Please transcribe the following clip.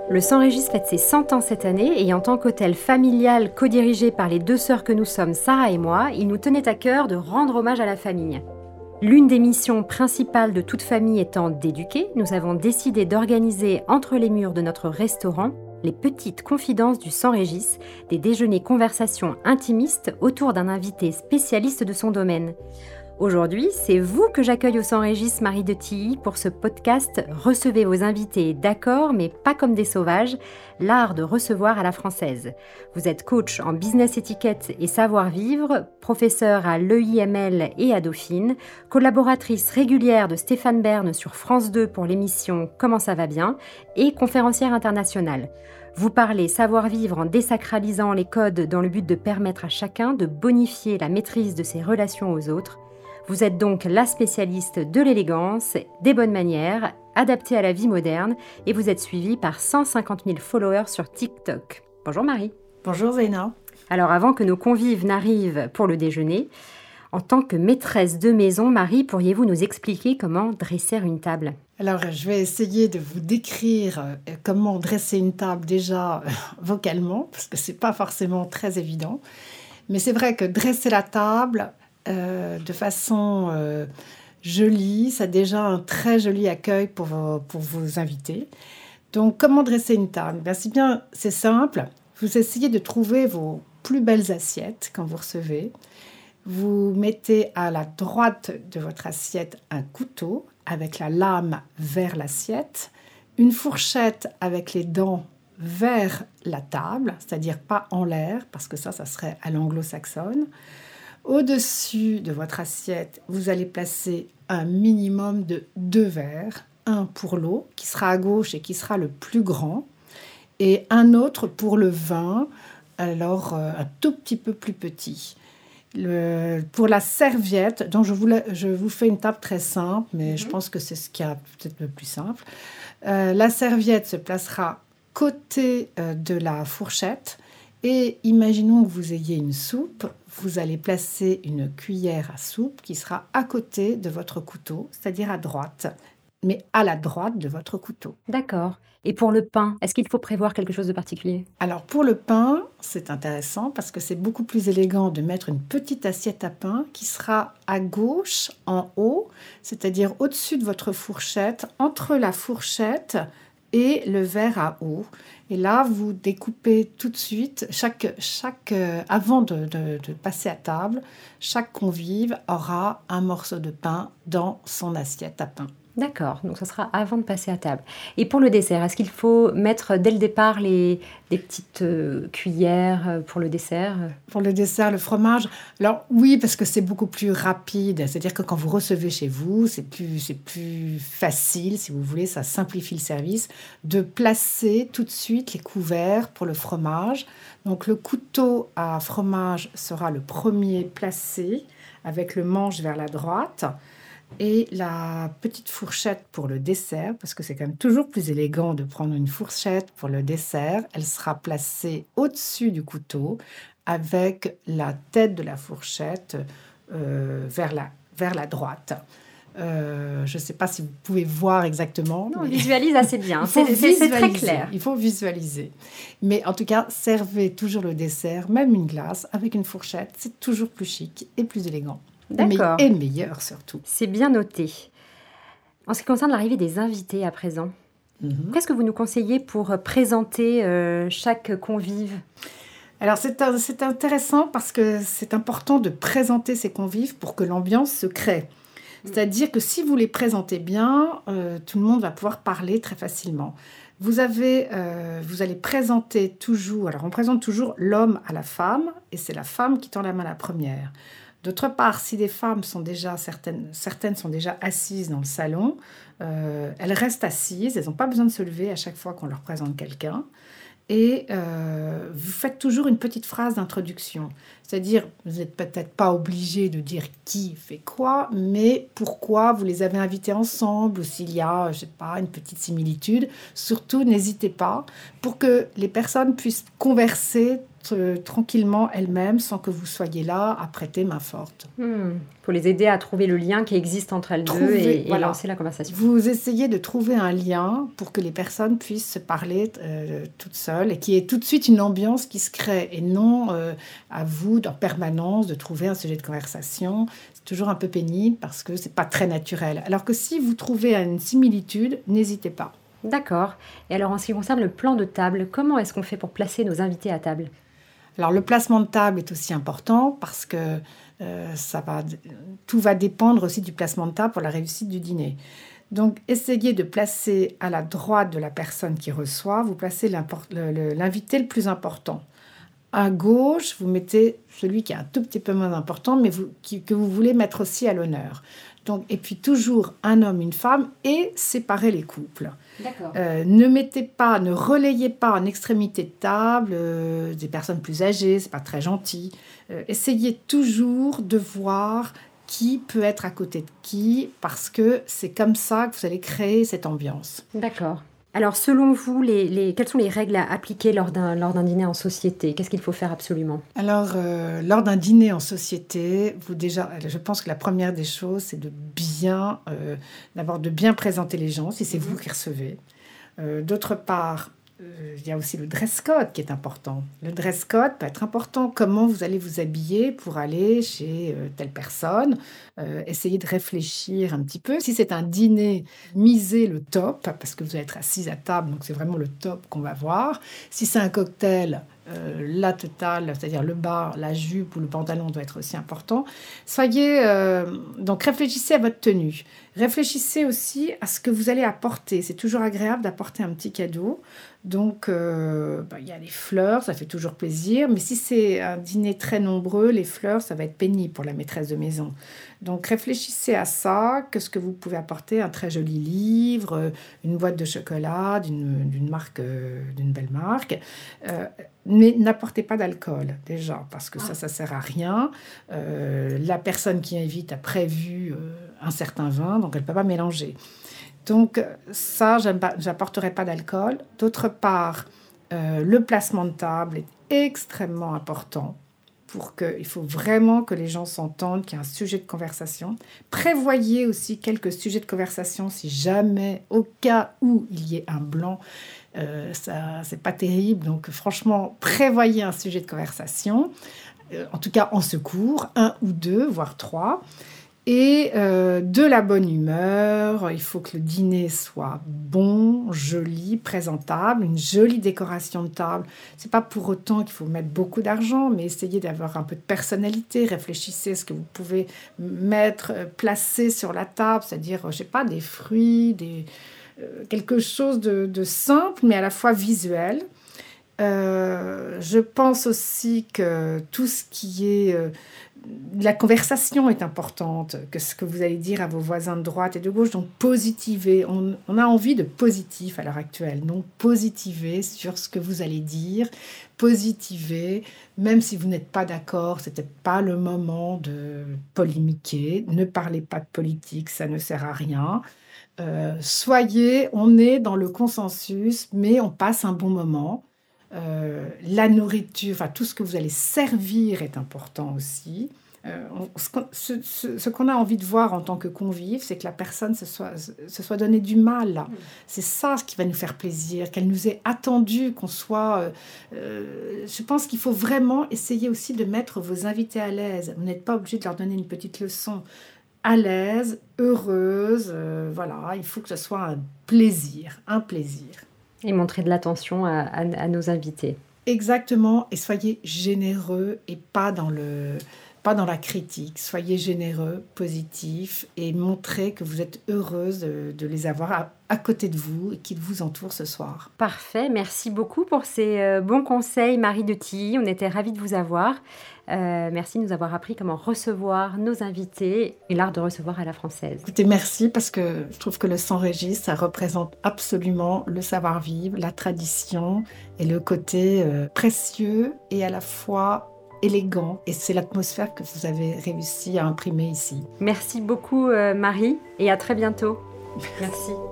Le San Régis fête ses 100 ans cette année et en tant qu'hôtel familial co-dirigé par les deux sœurs que nous sommes, Sarah et moi, il nous tenait à cœur de rendre hommage à la famille. L'une des missions principales de toute famille étant d'éduquer, nous avons décidé d'organiser entre les murs de notre restaurant les petites confidences du San Régis, des déjeuners conversations intimistes autour d'un invité spécialiste de son domaine. Aujourd'hui, c'est vous que j'accueille au San Régis, Marie de Tilly, pour ce podcast « Recevez vos invités d'accord, mais pas comme des sauvages », l'art de recevoir à la française. Vous êtes coach en business étiquette et savoir-vivre, professeur à l'EIML et à Dauphine, collaboratrice régulière de Stéphane Bern sur France 2 pour l'émission « Comment ça va bien » et conférencière internationale. Vous parlez savoir-vivre en désacralisant les codes dans le but de permettre à chacun de bonifier la maîtrise de ses relations aux autres. Vous êtes donc la spécialiste de l'élégance, des bonnes manières, adaptée à la vie moderne, et vous êtes suivie par 150 000 followers sur TikTok. Bonjour Marie. Bonjour Zéna. Alors avant que nos convives n'arrivent pour le déjeuner, en tant que maîtresse de maison, Marie, pourriez-vous nous expliquer comment dresser une table ? Alors je vais essayer de vous décrire comment dresser une table déjà vocalement, parce que c'est pas forcément très évident. Mais c'est vrai que dresser la table de façon jolie, ça a déjà un très joli accueil pour vos invités. Donc, comment dresser une table ? C'est simple. Vous essayez de trouver vos plus belles assiettes quand vous recevez. Vous mettez à la droite de votre assiette un couteau avec la lame vers l'assiette, une fourchette avec les dents vers la table, c'est-à-dire pas en l'air, parce que ça serait à l'anglo-saxonne. Au-dessus de votre assiette, vous allez placer un minimum de 2 verres, un pour l'eau, qui sera à gauche et qui sera le plus grand, et un autre pour le vin, alors un tout petit peu plus petit. Pour la serviette, donc je vous fais une table très simple, mais je pense que c'est ce qui est peut-être le plus simple. La serviette se placera côté de la fourchette, et imaginons que vous ayez une soupe, vous allez placer une cuillère à soupe qui sera à côté de votre couteau, c'est-à-dire à droite, mais à la droite de votre couteau. D'accord. Et pour le pain, est-ce qu'il faut prévoir quelque chose de particulier ? Alors pour le pain, c'est intéressant parce que c'est beaucoup plus élégant de mettre une petite assiette à pain qui sera à gauche, en haut, c'est-à-dire au-dessus de votre fourchette, entre la fourchette et le verre à eau. Et là, vous découpez tout de suite, avant de passer à table, chaque convive aura un morceau de pain dans son assiette à pain. D'accord, donc ça sera avant de passer à table. Et pour le dessert, est-ce qu'il faut mettre dès le départ des petites cuillères pour le dessert ? Pour le dessert, le fromage, alors oui, parce que c'est beaucoup plus rapide. C'est-à-dire que quand vous recevez chez vous, c'est plus facile, si vous voulez, ça simplifie le service, de placer tout de suite les couverts pour le fromage. Donc le couteau à fromage sera le premier placé, avec le manche vers la droite. Et la petite fourchette pour le dessert, parce que c'est quand même toujours plus élégant de prendre une fourchette pour le dessert, elle sera placée au-dessus du couteau avec la tête de la fourchette vers la droite. Je ne sais pas si vous pouvez voir exactement. Non, on visualise assez bien, c'est très clair. Il faut visualiser. Mais en tout cas, servez toujours le dessert, même une glace, avec une fourchette. C'est toujours plus chic et plus élégant. D'accord. Et meilleur surtout. C'est bien noté. En ce qui concerne l'arrivée des invités à présent, qu'est-ce que vous nous conseillez pour présenter chaque convive ? Alors c'est intéressant parce que c'est important de présenter ces convives pour que l'ambiance se crée. C'est-à-dire que si vous les présentez bien, tout le monde va pouvoir parler très facilement. Vous allez présenter toujours, alors on présente toujours l'homme à la femme et c'est la femme qui tend la main la première. D'autre part, si des femmes sont déjà, certaines sont déjà assises dans le salon, elles restent assises, elles n'ont pas besoin de se lever à chaque fois qu'on leur présente quelqu'un. Et vous faites toujours une petite phrase d'introduction. C'est-à-dire, vous n'êtes peut-être pas obligé de dire qui fait quoi, mais pourquoi vous les avez invités ensemble, ou s'il y a, je ne sais pas, une petite similitude. Surtout, n'hésitez pas pour que les personnes puissent converser tranquillement elles-mêmes sans que vous soyez là à prêter main forte. Faut les aider à trouver le lien qui existe entre elles deux et lancer la conversation. Vous essayez de trouver un lien pour que les personnes puissent se parler toutes seules et qu'il y ait tout de suite une ambiance qui se crée et non à vous en permanence de trouver un sujet de conversation. C'est toujours un peu pénible parce que c'est pas très naturel. Alors que si vous trouvez une similitude, n'hésitez pas. D'accord. Et alors en ce qui concerne le plan de table, comment est-ce qu'on fait pour placer nos invités à table ? Alors le placement de table est aussi important parce que tout va dépendre aussi du placement de table pour la réussite du dîner. Donc essayez de placer à la droite de la personne qui reçoit, vous placez l'invité le plus important. À gauche, vous mettez celui qui est un tout petit peu moins important, mais que vous voulez mettre aussi à l'honneur. Donc, et puis toujours un homme, une femme, et séparer les couples. D'accord. Ne relayez pas en extrémité de table des personnes plus âgées, c'est pas très gentil. Essayez toujours de voir qui peut être à côté de qui, parce que c'est comme ça que vous allez créer cette ambiance. D'accord. Alors, selon vous, quelles sont les règles à appliquer lors d'un dîner en société ? Qu'est-ce qu'il faut faire absolument ? Alors, lors d'un dîner en société, je pense que la première des choses, c'est d'abord de bien présenter les gens, si c'est vous qui recevez. D'autre part, il y a aussi le dress code qui est important. Le dress code peut être important. Comment vous allez vous habiller pour aller chez telle personne ? Essayez de réfléchir un petit peu. Si c'est un dîner, misez le top, parce que vous allez être assis à table, donc c'est vraiment le top qu'on va voir. Si c'est un cocktail, la totale, c'est-à-dire le bas, la jupe ou le pantalon doit être aussi important. Donc réfléchissez à votre tenue. Réfléchissez aussi à ce que vous allez apporter. C'est toujours agréable d'apporter un petit cadeau. Donc, il y a les fleurs, ça fait toujours plaisir. Mais si c'est un dîner très nombreux, les fleurs, ça va être pénible pour la maîtresse de maison. Donc, réfléchissez à ça, que ce que vous pouvez apporter, un très joli livre, une boîte de chocolat d'une belle marque. Mais n'apportez pas d'alcool, déjà, parce que ça sert à rien. La personne qui invite a prévu un certain vin, donc elle ne peut pas mélanger. Donc ça, j'apporterai pas d'alcool. D'autre part, le placement de table est extrêmement important il faut vraiment que les gens s'entendent, qu'il y a un sujet de conversation. Prévoyez aussi quelques sujets de conversation si jamais, au cas où il y ait un blanc, ça c'est pas terrible. Donc franchement, prévoyez un sujet de conversation, en tout cas en secours, 1 ou 2, voire 3. Et de la bonne humeur, il faut que le dîner soit bon, joli, présentable, une jolie décoration de table. C'est pas pour autant qu'il faut mettre beaucoup d'argent, mais essayez d'avoir un peu de personnalité. Réfléchissez à ce que vous pouvez placer sur la table, c'est-à-dire, je sais pas, des fruits, quelque chose de simple, mais à la fois visuel. Je pense aussi que tout ce qui est... la conversation est importante, que ce que vous allez dire à vos voisins de droite et de gauche, donc positivez. On a envie de positif à l'heure actuelle, donc positivez sur ce que vous allez dire, positivez, même si vous n'êtes pas d'accord, c'était pas le moment de polémiquer, ne parlez pas de politique, ça ne sert à rien. On est dans le consensus, mais on passe un bon moment. La nourriture, enfin tout ce que vous allez servir est important aussi. Ce qu'on a envie de voir en tant que convive, c'est que la personne se soit donné du mal. C'est ça ce qui va nous faire plaisir, qu'elle nous ait attendu, qu'on soit... je pense qu'il faut vraiment essayer aussi de mettre vos invités à l'aise. Vous n'êtes pas obligé de leur donner une petite leçon. À l'aise, heureuse, voilà, il faut que ce soit un plaisir. Et montrer de l'attention à nos invités. Exactement, et soyez généreux et pas dans la critique. Soyez généreux, positifs et montrez que vous êtes heureuse de les avoir à côté de vous et qu'ils vous entourent ce soir. Parfait, merci beaucoup pour ces bons conseils, Marie de Tilly. On était ravis de vous avoir. Merci de nous avoir appris comment recevoir nos invités et l'art de recevoir à la française. Écoutez, merci parce que je trouve que le Sans Régis, ça représente absolument le savoir-vivre, la tradition et le côté précieux et à la fois élégant. Et c'est l'atmosphère que vous avez réussi à imprimer ici. Merci beaucoup Marie et à très bientôt. Merci.